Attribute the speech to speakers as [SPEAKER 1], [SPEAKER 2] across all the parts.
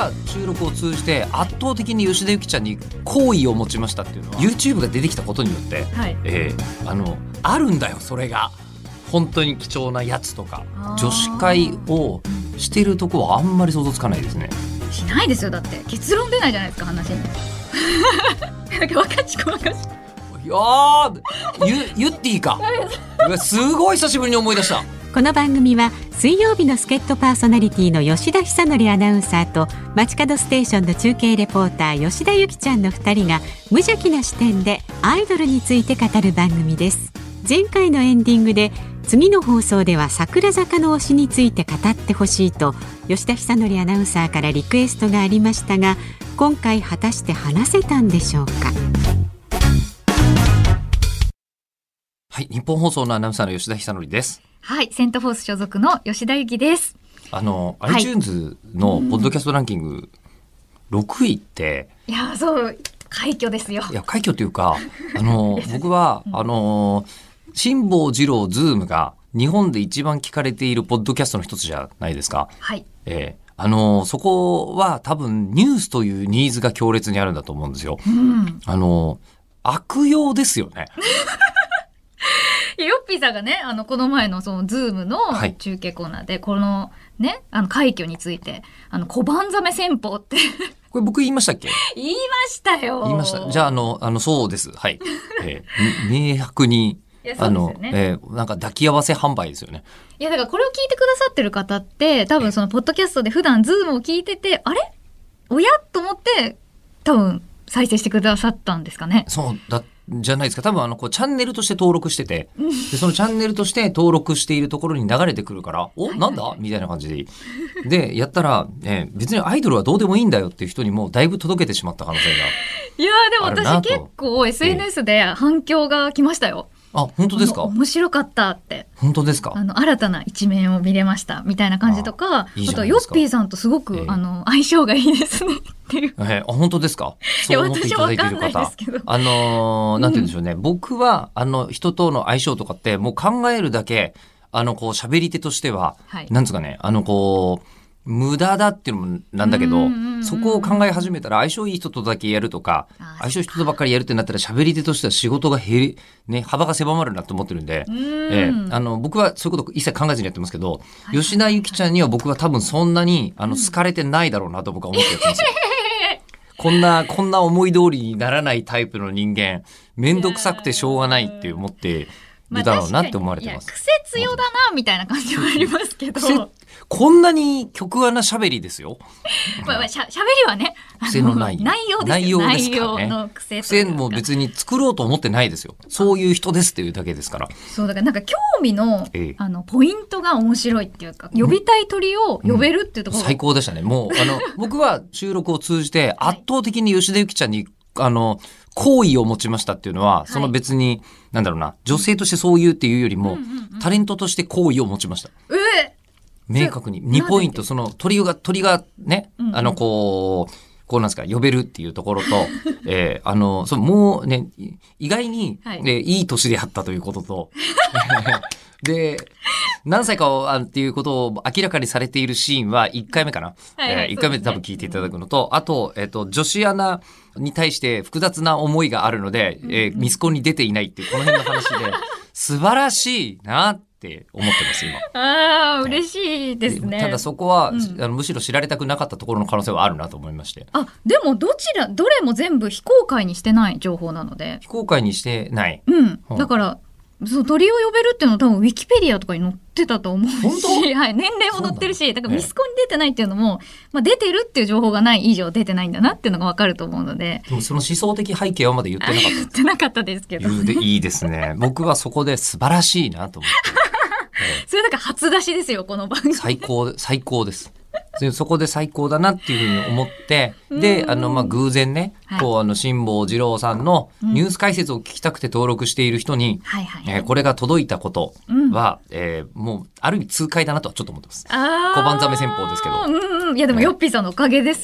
[SPEAKER 1] は収録を通じて圧倒的に吉田ゆきちゃんに好意を持ちましたっていうのは YouTube が出てきたことによって、
[SPEAKER 2] はい、
[SPEAKER 1] あるんだよ。それが本当に貴重なやつとか女子会をしてるとこはあんまり想像つかないですね。
[SPEAKER 2] しないですよ。だって結論出ないじゃないですか、話になんか若ちこ若ち
[SPEAKER 1] いや言っていいかすごい久しぶりに思い出した。
[SPEAKER 3] この番組は水曜日の助っ人パーソナリティの吉田久典アナウンサーと街角ステーションの中継レポーター吉田ゆきちゃんの2人が無邪気な視点でアイドルについて語る番組です。前回のエンディングで次の放送では桜坂の推しについて語ってほしいと吉田久典アナウンサーからリクエストがありましたが、今回果たして話せたんでしょうか。
[SPEAKER 1] はい、日本放送のアナウンサーの吉田久典です。
[SPEAKER 2] はい、セントフォース所属の吉田ゆきです。
[SPEAKER 1] iTunes のポッドキャストランキング6位って、
[SPEAKER 2] いやそう快挙ですよ。
[SPEAKER 1] いや快挙というか僕は辛坊治郎ズームが日本で一番聞かれているポッドキャストの一つじゃないですか。
[SPEAKER 2] はい。
[SPEAKER 1] そこは多分ニュースというニーズが強烈にあるんだと思うんですよ。悪用ですよね。
[SPEAKER 2] ヨッピーさんがね、この前のそのズームの中継コーナーで、このね、快挙について、小判ザメ戦法って
[SPEAKER 1] これ僕言いましたっけ？
[SPEAKER 2] 言いましたよ。
[SPEAKER 1] 言いました。じゃあそうです。はい。明白になんか抱き合わせ販売ですよね。
[SPEAKER 2] いやだからこれを聞いてくださってる方って多分そのポッドキャストで普段ズームを聞いてて、あれおやと思って多分再生してくださったんですかね。
[SPEAKER 1] そうだじゃないですか。多分チャンネルとして登録してて、でそのチャンネルとして登録しているところに流れてくるから、なんだみたいな感じでやったら、別にアイドルはどうでもいいんだよっていう人にもだいぶ届けてしまった可能性が
[SPEAKER 2] いやでも私結構 SNS で反響が来ましたよ。
[SPEAKER 1] あ、本当ですか？
[SPEAKER 2] 面白かったって。
[SPEAKER 1] 本当ですか？
[SPEAKER 2] 新たな一面を見れましたみたいな感じとか、
[SPEAKER 1] いい
[SPEAKER 2] あとヨッピーさんとすごく、相性がいいですねっていう。
[SPEAKER 1] 本当ですか？そう思っていただいている方。なんて言うんでしょうね。僕は人との相性とかってもう考えるだけ喋り手としては、なんですかね、無駄だっていうのもなんだけど、そこを考え始めたら相性いい人とだけやるとか、相性いい人とばっかりやるってなったら喋り手としては仕事が幅が狭まるなと思ってるんで、僕はそういうこと一切考えずにやってますけど、吉田ゆきちゃんには僕は多分そんなに好かれてないだろうなと僕は思ってやってますよ。こんな思い通りにならないタイプの人間、めんどくさくてしょうがないって思ってるだろうなって思われてます。
[SPEAKER 2] 癖強だなみたいな感じはありますけど。
[SPEAKER 1] こんなに曲穴喋りですよ。
[SPEAKER 2] しゃべりはね、
[SPEAKER 1] 癖のない
[SPEAKER 2] 内容です。
[SPEAKER 1] 内容ですからね。
[SPEAKER 2] 内容の癖
[SPEAKER 1] も別に作ろうと思ってないですよ。そういう人ですっていうだけですから。
[SPEAKER 2] そうだからなんか興味の、ポイントが面白いっていうか、呼びたい鳥を呼べるっていうところ、
[SPEAKER 1] 最高でしたね。もう僕は収録を通じて圧倒的に吉田ゆきちゃんに好意を持ちましたっていうのは、その別になんだろうな、女性としてそう言うっていうよりも、タレントとして好意を持ちました。明確に2ポイント、その鳥がね、こうなんですか、呼べるっていうところと、もうね、意外に、いい年であったということと、で、何歳かっていうことを明らかにされているシーンは1回目かな。1回目で多分聞いていただくのと、あと、女子アナに対して複雑な思いがあるので、ミスコンに出ていないっていうこの辺の話で、素晴らしいなって思ってます、今。
[SPEAKER 2] 嬉しいですね。
[SPEAKER 1] ただそこは、むしろ知られたくなかったところの可能性はあるなと思いまして。
[SPEAKER 2] でもどれも全部非公開にしてない情報なので。
[SPEAKER 1] 非公開にしてない。
[SPEAKER 2] だから、鳥を呼べるっていうのは多分ウィキペディアとかに載ってたと思うし、はい、年齢も載ってるし、だからミスコンに出てないっていうのも、出てるっていう情報がない以上出てないんだなっていうのが分かると思うので。
[SPEAKER 1] でもその思想的背景はまだ言ってなかった。
[SPEAKER 2] 言ってなかったですけど。
[SPEAKER 1] いいですね。僕はそこで素晴らしいなと思って。
[SPEAKER 2] それだから初出しですよ、この番組。
[SPEAKER 1] 最高です。そこで最高だなっていうふうに思って、で、偶然ね、辛坊治郎さんのニュース解説を聞きたくて登録している人に、これが届いたことは、もう、ある意味痛快だなとはちょっと思ってます。小判ザメ戦法ですけど。
[SPEAKER 2] いや、でもヨッピーさんのおかげですよ。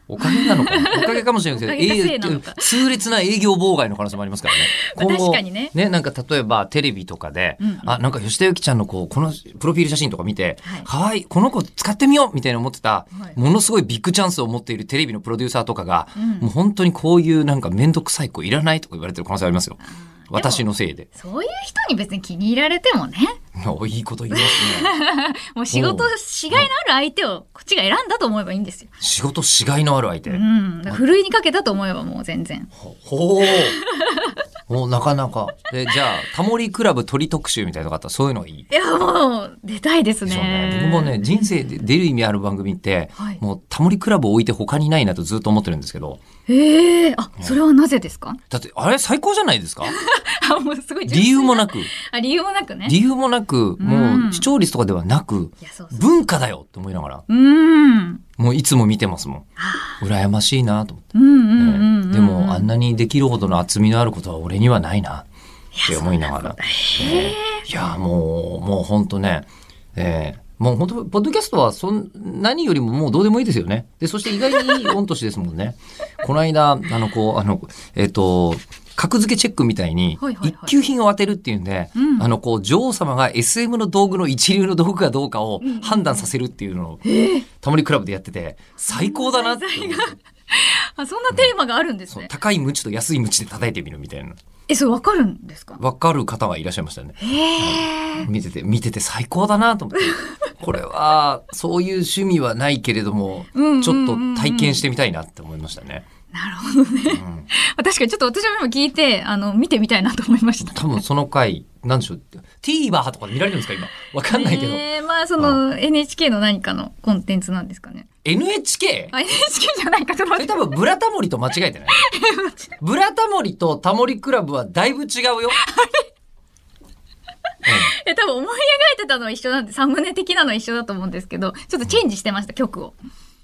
[SPEAKER 1] おかげなのかなおかげかもしれないけど、
[SPEAKER 2] おかげがせいなのか
[SPEAKER 1] 痛烈な営業妨害の可能性もありますからね。今後
[SPEAKER 2] 確かにね
[SPEAKER 1] なんか例えばテレビとかで、
[SPEAKER 2] うんうん
[SPEAKER 1] なんか吉田ゆきちゃんのこのプロフィール写真とか見て、
[SPEAKER 2] はい
[SPEAKER 1] かわいい、この子使ってみようみたいな思ってた、
[SPEAKER 2] はい
[SPEAKER 1] ものすごいビッグチャンスを持っているテレビのプロデューサーとかが、
[SPEAKER 2] うん
[SPEAKER 1] もう本当にこういうなんかめんどくさい子いらないとか言われてる可能性ありますよ。私のせいで。
[SPEAKER 2] そういう人に別に気に入られてもね、
[SPEAKER 1] いいこと言いますね。
[SPEAKER 2] もう仕事しがいのある相手をこっちが選んだと思えばいいんですよ。
[SPEAKER 1] 仕事しがいのある相手。
[SPEAKER 2] うん。だからふるいにかけたと思えばもう全然。
[SPEAKER 1] ほう。もうなかなか。で、じゃあ、タモリクラブ鳥特集みたいなのがあったらそういうのがいい。
[SPEAKER 2] いや、もう出たいです
[SPEAKER 1] そう
[SPEAKER 2] ね。
[SPEAKER 1] 僕もね、人生で出る意味ある番組って、
[SPEAKER 2] はい
[SPEAKER 1] もうタモリクラブを置いて他にないなとずっと思ってるんですけど。
[SPEAKER 2] それはなぜですか？
[SPEAKER 1] だって、あれ最高じゃないですか
[SPEAKER 2] あ、もうすごい。
[SPEAKER 1] 理由もなく。
[SPEAKER 2] 理由もなくね。
[SPEAKER 1] 理由もなく、もう視聴率とかではなく、
[SPEAKER 2] いや、そうそう。
[SPEAKER 1] 文化だよって思いながら、
[SPEAKER 2] うん
[SPEAKER 1] もういつも見てますもん。羨ましいなと思って。
[SPEAKER 2] うんうんうんうん。
[SPEAKER 1] でも、あんなにできるほどの厚みのあることは俺にはないなって思いながら。いや、もう本当ね、もう本当、ポッドキャストは何よりももうどうでもいいですよね。で、そして意外にいい御年ですもんね。この間、格付けチェックみたいに
[SPEAKER 2] はいはいはい
[SPEAKER 1] 一級品を当てるっていうんで、女王様が SM の道具の一流の道具かどうかを判断させるっていうのをタモリクラブでやってて最高だなって思って。
[SPEAKER 2] あ、そんなテーマがあるんです
[SPEAKER 1] そう
[SPEAKER 2] ね。
[SPEAKER 1] 高いムチと安いムチで叩いてみるみたいな。
[SPEAKER 2] それわかるんですか？
[SPEAKER 1] わかる方がいらっしゃいましたね。見てて最高だなと思って。これはそういう趣味はないけれども、ちょっと体験してみたいなって思いましたね。
[SPEAKER 2] なるほどね。確かにちょっと私も今聞いて、見てみたいなと思いました。
[SPEAKER 1] 多分その回、なんでしょう。TVer とかで見られるんですか今。わかんないけど。
[SPEAKER 2] まあその NHK の何かのコンテンツなんですかね。
[SPEAKER 1] NHK？
[SPEAKER 2] NHK じゃないかと思って。
[SPEAKER 1] それ多分ブラタモリと間違えてないブラタモリとタモリクラブはだいぶ違うよ。
[SPEAKER 2] 多分思い描いてたのは一緒なんで、サムネ的なのは一緒だと思うんですけど、ちょっとチェンジしてました、曲を。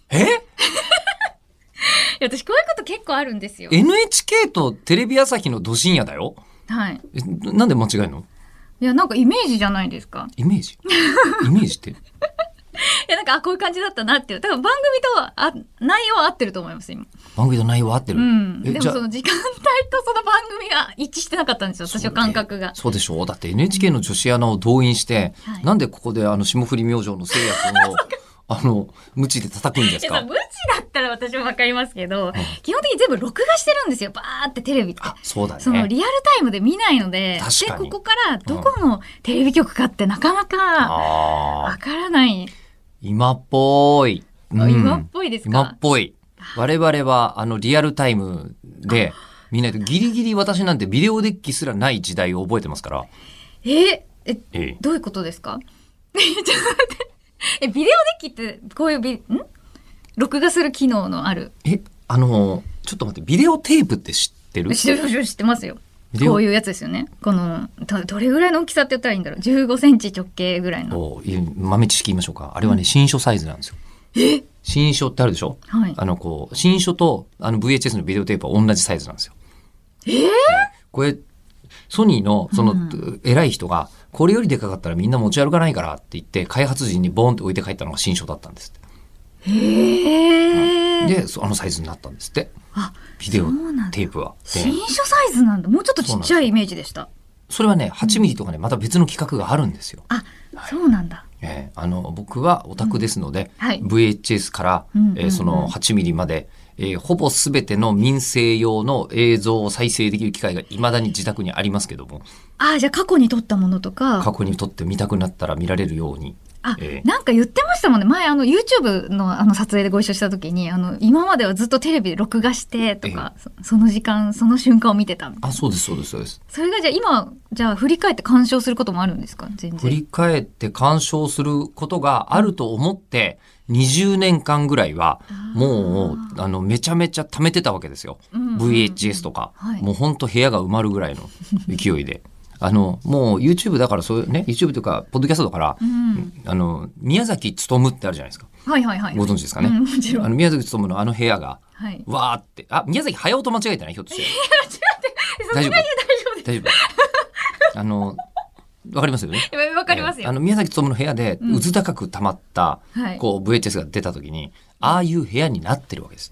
[SPEAKER 2] 私こういうこと結構あるんですよ。
[SPEAKER 1] NHK とテレビ朝日のど深夜だよ。
[SPEAKER 2] はい。
[SPEAKER 1] なんで間違えるの？
[SPEAKER 2] いや、なんかイメージじゃないですか。
[SPEAKER 1] イメージって
[SPEAKER 2] いや、なんか、こういう感じだったなっていう。多分番組と内容は合ってると思います、今。
[SPEAKER 1] 番組の内容は合ってる。
[SPEAKER 2] でもその時間帯とその番組が一致してなかったんですよ、私の感覚が。
[SPEAKER 1] そうでしょう。だって NHK の女子アナを動員して、なんでここで霜降り明星のせいや君を無知で叩くんですか？
[SPEAKER 2] 無知だったら私もわかりますけど、基本的に全部録画してるんんですよ、バーってテレビって。
[SPEAKER 1] そうだね。
[SPEAKER 2] そのリアルタイムで見ないので、
[SPEAKER 1] 確かに
[SPEAKER 2] でここからどこのテレビ局かってなかなかわからない。
[SPEAKER 1] 今っぽい。
[SPEAKER 2] 今っぽいですか？
[SPEAKER 1] 今っぽい。我々はリアルタイムで見ないと、ギリギリ私なんてビデオデッキすらない時代を覚えてますから。どういうことですか？ちょっと待って。ビデオデッキってこういう録画する機能のある。ちょっと待って、ビデオテープって知ってる？知ってますよ。こういうやつですよね。このどれぐらいの大きさって言ったらいいんだろう。15センチ直径ぐらいの。豆知識言いましょうか。あれはね、新書サイズなんですよ。新書ってあるでしょ？はい。新書とVHS のビデオテープは同じサイズなんですよ。これソニーの偉い人がこれよりでかかったらみんな持ち歩かないからって言って開発陣にボーンって置いて帰ったのが新書だったんですって。でサイズになったんですって。ビデオテープは。
[SPEAKER 2] 新書サイズなんだ。もうちょっとちっちゃいイメージでした。そ
[SPEAKER 1] れはね8ミリとかねまた別の企画があるんですよ。
[SPEAKER 2] そうなんだ。
[SPEAKER 1] 僕はオタクですので、VHS から、その8ミリまで、ほぼすべての民生用の映像を再生できる機会が未だに自宅にありますけども。
[SPEAKER 2] じゃあ過去に撮ったものとか。
[SPEAKER 1] 過去に撮って見たくなったら見られるように。
[SPEAKER 2] なんか言ってましたもんね。前YouTube の撮影でご一緒した時に今まではずっとテレビで録画してとか、その時間その瞬間を見てたみたいな。
[SPEAKER 1] そうですそうですそうです。
[SPEAKER 2] それが今振り返って鑑賞することもあるんですか？全然
[SPEAKER 1] 振り返って鑑賞することがあると思って20年間ぐらいはもうめちゃめちゃ貯めてたわけですよ。VHS とか、もうほんと部屋が埋まるぐらいの勢いで。もう YouTube だからそういうね YouTube というかポッドキャストだから、宮崎勉ってあるじゃないですか。ご存知ですかね。もちろん宮崎勉の部屋が、わーって宮崎駿と間違えてないひょっとして。大丈夫わかりますよね。
[SPEAKER 2] わかりますよ。
[SPEAKER 1] 宮崎勉の部屋でうず高く溜まった、VHS が出た時にああいう部屋になってるわけです。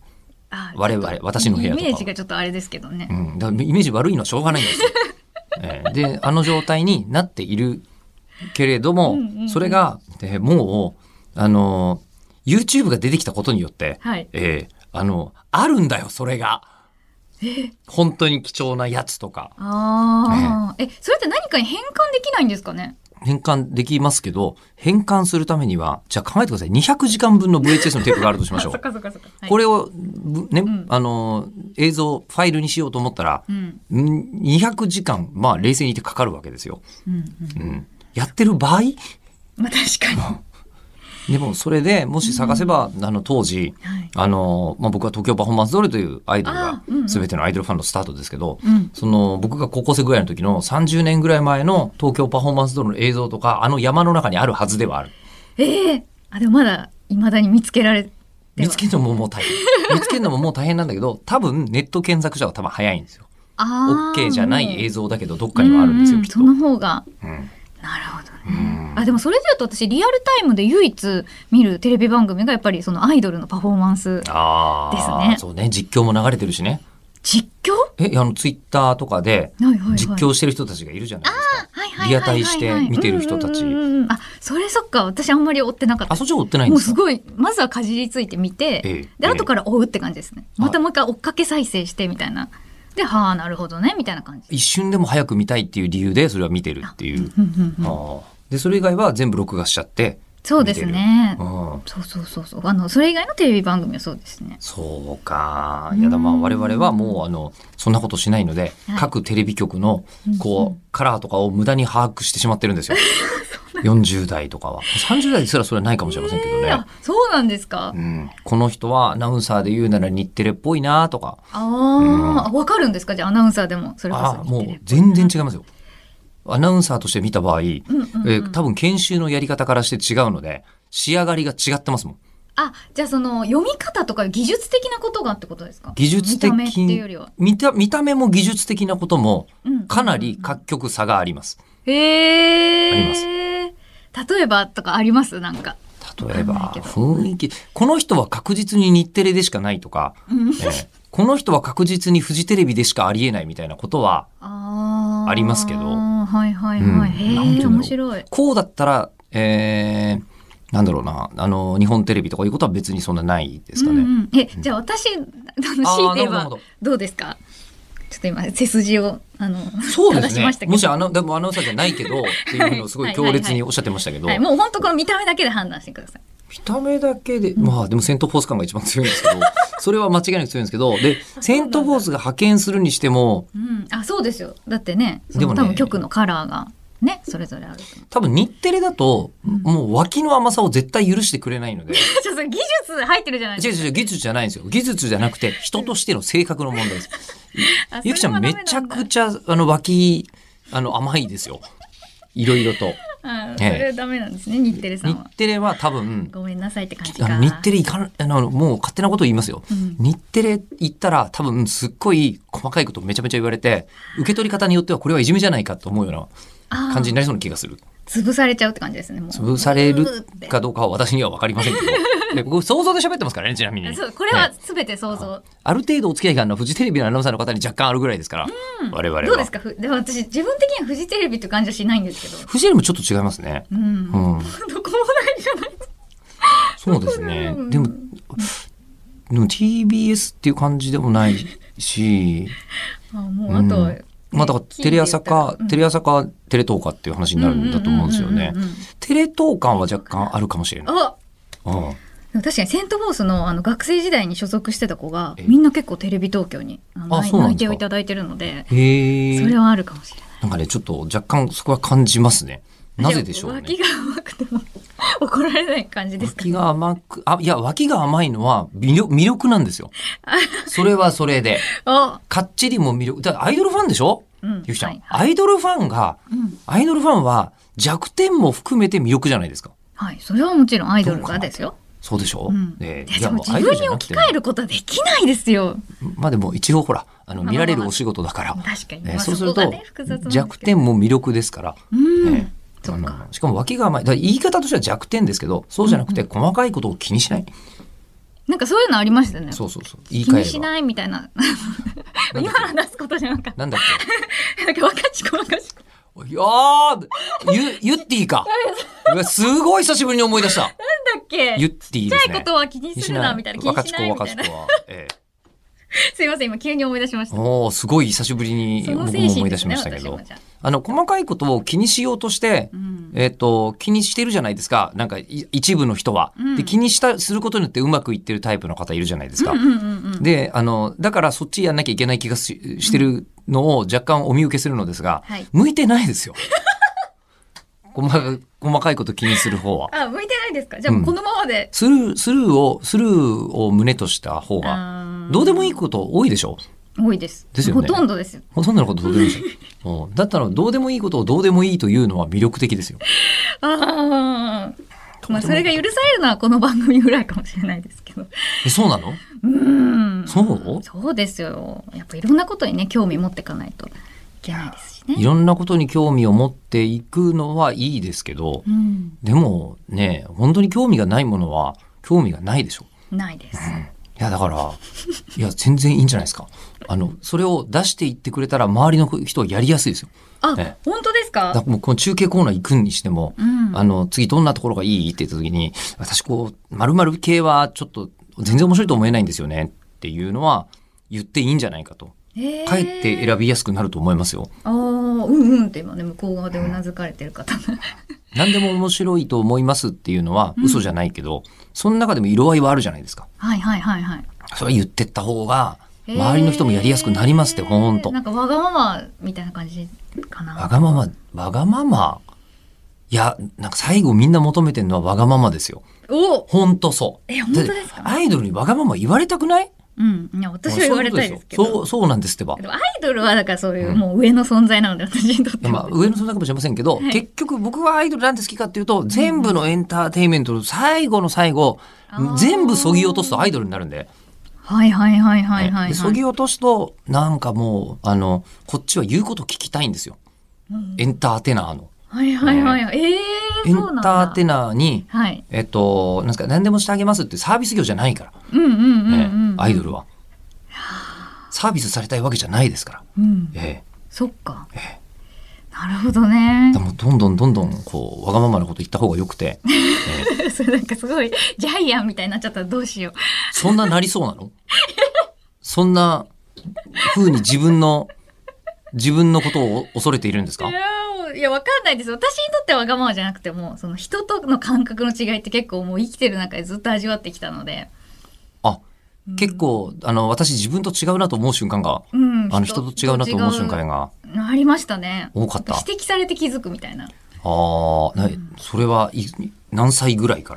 [SPEAKER 1] 私の部屋とかは。
[SPEAKER 2] イメージがちょっとあれですけどね。
[SPEAKER 1] だからイメージ悪いのはしょうがないんですよ。で、あの状態になっているけれども、それが、もう、YouTube が出てきたことによって、
[SPEAKER 2] はい、
[SPEAKER 1] あるんだよ、それが。本当に貴重なやつとか。
[SPEAKER 2] それって何かに変換できないんですかね？
[SPEAKER 1] 変換できますけど、変換するためには、じゃあ考えてください。200時間分の VHS のテープがあるとしましょう。
[SPEAKER 2] そっか。はい、
[SPEAKER 1] これを、ね、映像、ファイルにしようと思ったら、200時間、冷静にいてかかるわけですよ。やってる場合？
[SPEAKER 2] 確かに。
[SPEAKER 1] でもそれでもし探せば、当時、僕は東京パフォーマンスドールというアイドルが全てのアイドルファンのスタートですけど、僕が高校生ぐらいの時の30年ぐらい前の東京パフォーマンスドールの映像とか、山の中にあるはずではある。
[SPEAKER 2] でもまだ未だに見つけられて
[SPEAKER 1] 見つけるのももう大変。見つけるのももう大変なんだけど、多分ネット検索者は多分早いんですよ。OK じゃない映像だけどどっかにはあるんですよ、きっと。
[SPEAKER 2] その方が。なるほどね。でもそれで言うと私リアルタイムで唯一見るテレビ番組がやっぱりそのアイドルのパフォーマンスですね。
[SPEAKER 1] そうね、実況も流れてるしね。
[SPEAKER 2] 実況？
[SPEAKER 1] ツイッターとかで実況してる人たちがいるじゃないですか。リアタイして見てる人たち。
[SPEAKER 2] それそっか、私あんまり追ってなかった。
[SPEAKER 1] そっちは追ってないんですか？
[SPEAKER 2] もうすごい、まずはかじりついてみて、で後から追うって感じですね。またもう一回追っかけ再生してみたいな。で、なるほどねみたいな感じ。
[SPEAKER 1] 一瞬でも早く見たいっていう理由でそれは見てるっていう。でそれ以外は全部録画しちゃって
[SPEAKER 2] そうですね。そうそれ以外のテレビ番組はそうですね。
[SPEAKER 1] そうか。我々はもうそんなことしないので、各テレビ局のカラーとかを無駄に把握してしまってるんですよ。40代とかは。30代ですらそれはないかもしれませんけどね。
[SPEAKER 2] そうなんですか？
[SPEAKER 1] この人はアナウンサーで言うなら日テレっぽいなとか。
[SPEAKER 2] わかるんですか？じゃあアナウンサーでもそれこそ
[SPEAKER 1] もう全然違いますよ。アナウンサーとして見た場合、多分研修のやり方からして違うので仕上がりが違ってますもん。
[SPEAKER 2] じゃあその読み方とか技術的なことがってことですか？
[SPEAKER 1] 技術的
[SPEAKER 2] 見た目っていうよりは
[SPEAKER 1] 見た目も技術的なこともかなり各局差があります。あります。
[SPEAKER 2] 例えばとかあります？なんか
[SPEAKER 1] 例えば雰囲気、この人は確実に日テレでしかないとか、この人は確実にフジテレビでしかありえないみたいなことはありますけど、
[SPEAKER 2] 面白い。
[SPEAKER 1] こうだったら、なんだろうな、日本テレビとかいうことは別にそんなないですかね。
[SPEAKER 2] じゃあ私強いて言えばどうですか？ちょっと今背筋を
[SPEAKER 1] そうですね。
[SPEAKER 2] 正しましたけど、
[SPEAKER 1] もしでもアナウンサーじゃないけどっていうのをすごい強烈におっしゃってましたけど、
[SPEAKER 2] もう本当この見た目だけで判断してください。
[SPEAKER 1] 見た目だけで、でもセントフォース感が一番強いんですけど、それは間違いなく強いんですけど、でセントフォースが派遣するにしても、
[SPEAKER 2] そうですよ。だってね、多分局のカラーがねそれぞれある。
[SPEAKER 1] 多分日テレだと、もう脇の甘さを絶対許してくれないので。
[SPEAKER 2] それ技術入ってるじゃないですか。
[SPEAKER 1] 違う技術じゃないんですよ。技術じゃなくて人としての性格の問題です。ゆきちゃんめちゃくちゃ脇甘いですよ。いろいろと。
[SPEAKER 2] それダメなんですね、日テレさんは。
[SPEAKER 1] 日テレは多分
[SPEAKER 2] ごめんなさいって感じか。
[SPEAKER 1] 日テレもう勝手なこと言いますよ。日テレ行ったら多分すっごい細かいことめちゃめちゃ言われて、受け取り方によってはこれはいじめじゃないかと思うような感じになりそうな気がする。
[SPEAKER 2] 潰されちゃうって感じですね。もう
[SPEAKER 1] 潰されるかどうかは私には分かりませんけど、僕想像で喋ってますからね、ちなみに。
[SPEAKER 2] これは全て想像。
[SPEAKER 1] ある程度お付き合いがあるのはフジテレビのアナウンサーの方に若干あるぐらいですから、我々は。
[SPEAKER 2] どうですか？でも私自分的にはフジテレビって感じはしないんですけど。
[SPEAKER 1] フジテレビもちょっと違いますね。
[SPEAKER 2] どこもないじゃないですか。
[SPEAKER 1] そうですね。でも TBS っていう感じでもないし、
[SPEAKER 2] もうあとは。
[SPEAKER 1] だからテレ朝かテレ東かっていう話になるんだと思うんですよね。テレ東感は若干あるかもしれない。
[SPEAKER 2] でも確かにセントフォースの学生時代に所属してた子がみんな結構テレビ東京に内定をいただいてるので、それはあるかもしれない。
[SPEAKER 1] なんかねちょっと若干そこは感じますね。なぜでしょうね。
[SPEAKER 2] 脇が甘くても怒られない感じですか？
[SPEAKER 1] 脇が甘く、脇が甘いのは魅力なんですよ。それはそれで。かっちりも魅力。だからアイドルファンでしょ？ゆきちゃん。アイドルファンは弱点も含めて魅力じゃないですか。
[SPEAKER 2] はい、それはもちろんアイドルがですよ。
[SPEAKER 1] そうでしょ？
[SPEAKER 2] でも自分に置き換えることはできないですよ。
[SPEAKER 1] でも一応ほら見られるお仕事だから。
[SPEAKER 2] 確かに。
[SPEAKER 1] そうすると弱点も魅力ですから。しかも脇が甘い。だから言い方としては弱点ですけど、そうじゃなくて細かいことを気にしない。
[SPEAKER 2] なんかそういうのありましたね。
[SPEAKER 1] そうそうそう。言い換えれば。
[SPEAKER 2] 気にしないみたいな。今の出すことじゃなかった。
[SPEAKER 1] なんだっ
[SPEAKER 2] なんか若ちこ。
[SPEAKER 1] け。いやー、ユッティか。うわすごい久しぶりに思い出した。
[SPEAKER 2] なんだっけ。
[SPEAKER 1] ユッティですね。
[SPEAKER 2] ちっちゃいことは気にするなみたいな。気にしないみたいな。
[SPEAKER 1] 若
[SPEAKER 2] すいません、今急に思い出しました。
[SPEAKER 1] おー、すごい久しぶりに僕も思い出しましたけど、細かいことを気にしようとして、気にしてるじゃないですか。なんか一部の人は、で気にすることによってうまくいってるタイプの方いるじゃないですか。で、だからそっちやんなきゃいけない気がしてるのを若干お見受けするのですが、向いてないですよ。細かいこと気にする方は。
[SPEAKER 2] 向いてないですか。じゃあもうこのままで。
[SPEAKER 1] スルーを胸とした方が、どうでもいいこと多いでしょ。
[SPEAKER 2] 多いです。
[SPEAKER 1] ですよね。
[SPEAKER 2] ほとんどですよ。
[SPEAKER 1] ほとんどのことどうでもいいでしょ。だったらどうでもいいことをどうでもいいというのは魅力的ですよ。
[SPEAKER 2] まあそれが許されるのはこの番組ぐらいかもしれないですけど。
[SPEAKER 1] そうなの？
[SPEAKER 2] そうですよ。やっぱいろんなことにね興味持っていかないといけないですしね。
[SPEAKER 1] いろんなことに興味を持っていくのはいいですけど、でもね、本当に興味がないものは興味がないでしょ。
[SPEAKER 2] ないです。
[SPEAKER 1] いやだから全然いいんじゃないですか。それを出していってくれたら周りの人はやりやすいですよ。
[SPEAKER 2] 本当ですか？
[SPEAKER 1] だからもうこの中継コーナー行くにしても、次どんなところがいいって言った時に、私〇〇系はちょっと全然面白いと思えないんですよねっていうのは言っていいんじゃないかと。かえって選びやすくなると思いますよ。
[SPEAKER 2] って今ね向こう側でうなずかれてる方。
[SPEAKER 1] 何でも面白いと思いますっていうのは嘘じゃないけど、その中でも色合いはあるじゃないですか。それは言ってった方が周りの人もやりやすくなりますって。ほんと
[SPEAKER 2] なんかわがままみたいな感じかな。
[SPEAKER 1] わがままいやなんか最後みんな求めてるのはわがままですよ。ほんとそう。
[SPEAKER 2] 本当ですか？
[SPEAKER 1] アイドルにわがまま言われたくない？
[SPEAKER 2] いや私は言われたいですけど。
[SPEAKER 1] そうなんですってば。
[SPEAKER 2] アイドルはだからそういうもう上の存在なので、私にとっては。
[SPEAKER 1] 上の存在かもしれませんけど、結局僕はアイドルなんで好きかっていうと、全部のエンターテインメントの最後の最後、全部そぎ落とすとアイドルになるんで。そぎ落とすとなんかもうこっちは言うこと聞きたいんですよ。エンターテイナーの。エンターテイナーに、なんですか、何でもしてあげますってサービス業じゃないから。アイドルは。サービスされたいわけじゃないですから。
[SPEAKER 2] そっか。なるほどね。
[SPEAKER 1] でもどんどんわがままなこと言った方がよくて。
[SPEAKER 2] それなんかすごいジャイアンみたいになっちゃったらどうしよう。
[SPEAKER 1] そんななりそうなの？そんな風に自分のことを恐れているんですか？
[SPEAKER 2] いやわかんないです。私にとってはわがままじゃなくても、その人との感覚の違いって結構もう生きてる中でずっと味わってきたので。
[SPEAKER 1] 結構私自分と違うなと思う瞬間が、人と違うなと思う瞬間が
[SPEAKER 2] ありましたね。
[SPEAKER 1] 多かった。
[SPEAKER 2] 指摘されて気づくみたいな。
[SPEAKER 1] それは何歳ぐらいから？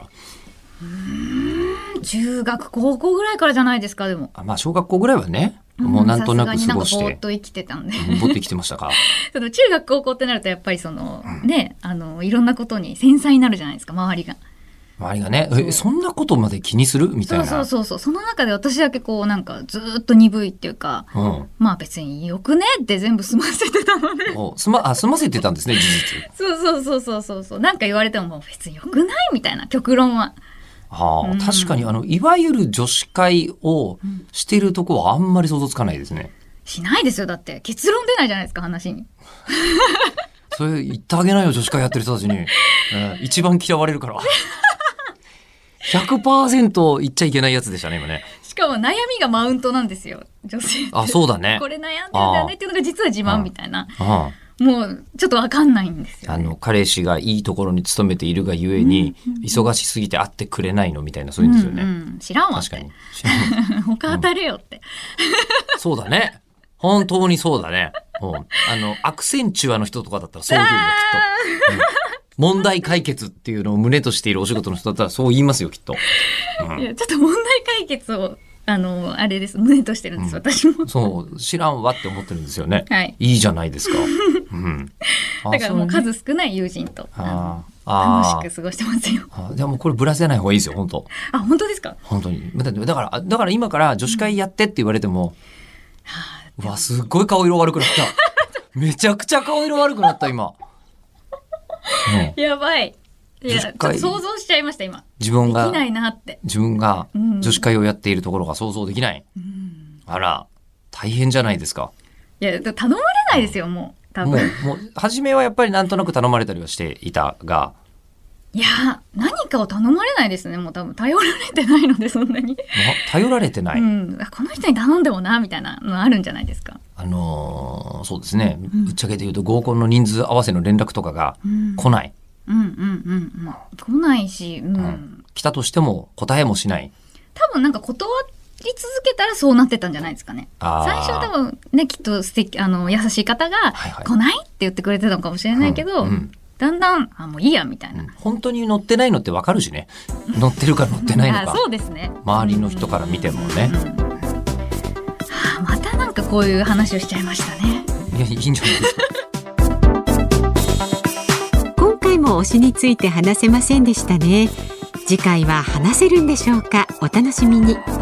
[SPEAKER 2] 中学高校ぐらいからじゃないですか。でも
[SPEAKER 1] 小学校ぐらいはね、もうなんとなく過ごして
[SPEAKER 2] ぼーっと生きてたんで。
[SPEAKER 1] ぼーっと生きてましたか。
[SPEAKER 2] その中学高校ってなるとやっぱりねいろんなことに繊細になるじゃないですか、周りがね。そんなことまで気にするみたいな。そうその中で私だけなんかずっと鈍いっていうか、まあ別によくねって全部済ませてたので。
[SPEAKER 1] 済ませてたんですね、事実。
[SPEAKER 2] そうなんか言われてももう別によくないみたいな、極論は。
[SPEAKER 1] 確かにいわゆる女子会をしてるとこはあんまり想像つかないですね。
[SPEAKER 2] しないですよ。だって結論出ないじゃないですか、話に。
[SPEAKER 1] それ言ってあげないよ、女子会やってる人たちに。一番嫌われるから。100% 言っちゃいけないやつでしたね、今ね。
[SPEAKER 2] しかも悩みがマウントなんですよ、女性って。
[SPEAKER 1] そうだね。
[SPEAKER 2] これ悩んでるんだよねっていうのが実は自慢みたいな。もうちょっと分かんないんですよ、ね。彼氏がいいところに勤めているがゆえに、忙しすぎて会ってくれないのみたいな、そういうんですよね。 知らんわって。
[SPEAKER 1] 確かに。
[SPEAKER 2] 他当たれよって。
[SPEAKER 1] そうだね。本当にそうだね。アクセンチュアの人とかだったらそういうのきっと。問題解決っていうのを胸としているお仕事の人だったらそう言いますよ、きっと。
[SPEAKER 2] いやちょっと問題解決をあれです、胸としてるんです、私も。
[SPEAKER 1] そう知らんわって思ってるんですよね。
[SPEAKER 2] い
[SPEAKER 1] いじゃないですか。
[SPEAKER 2] だからもう数少ない友人と楽しく過ごしてますよ。
[SPEAKER 1] でもこれブラスじゃない方がいいですよ、本当。
[SPEAKER 2] 本当ですか？
[SPEAKER 1] 本当に。だから今から女子会やってって言われても、すっごい顔色悪くなった。めちゃくちゃ顔色悪くなった今。
[SPEAKER 2] やばい。 いや、ちょっと想像しちゃいました今。
[SPEAKER 1] 自分が
[SPEAKER 2] できないなって。
[SPEAKER 1] 自分が女子会をやっているところが想像できない。あら、大変じゃないですか。
[SPEAKER 2] いや、頼まれないですよ、もう。多分。
[SPEAKER 1] もう初めはやっぱりなんとなく頼まれたりはしていたが。
[SPEAKER 2] いや、何かを頼まれないですね。もう多分頼られてないので、そんなに。
[SPEAKER 1] 頼られてない。
[SPEAKER 2] この人に頼んでもなみたいなのあるんじゃないですか。
[SPEAKER 1] そうですね。ぶっちゃけて言うと合コンの人数合わせの連絡とかが来ない。
[SPEAKER 2] 来ないし、
[SPEAKER 1] 来たとしても答えもしない。
[SPEAKER 2] 多分なんか断り続けたらそうなってたんじゃないですかね。最初は多分ね、きっと素敵優しい方が来ないって言ってくれてたのかもしれないけど。だんだんもういいやみたいな、
[SPEAKER 1] 本当に乗ってないのってわかるしね。乗ってるか乗ってないのか。
[SPEAKER 2] そうですね。
[SPEAKER 1] 周りの人から見てもね。
[SPEAKER 2] またなんかこういう話をしちゃいましたね。
[SPEAKER 1] いや、いいんじゃないですか。
[SPEAKER 3] 今回も推しについて話せませんでしたね。次回は話せるんでしょうか。お楽しみに。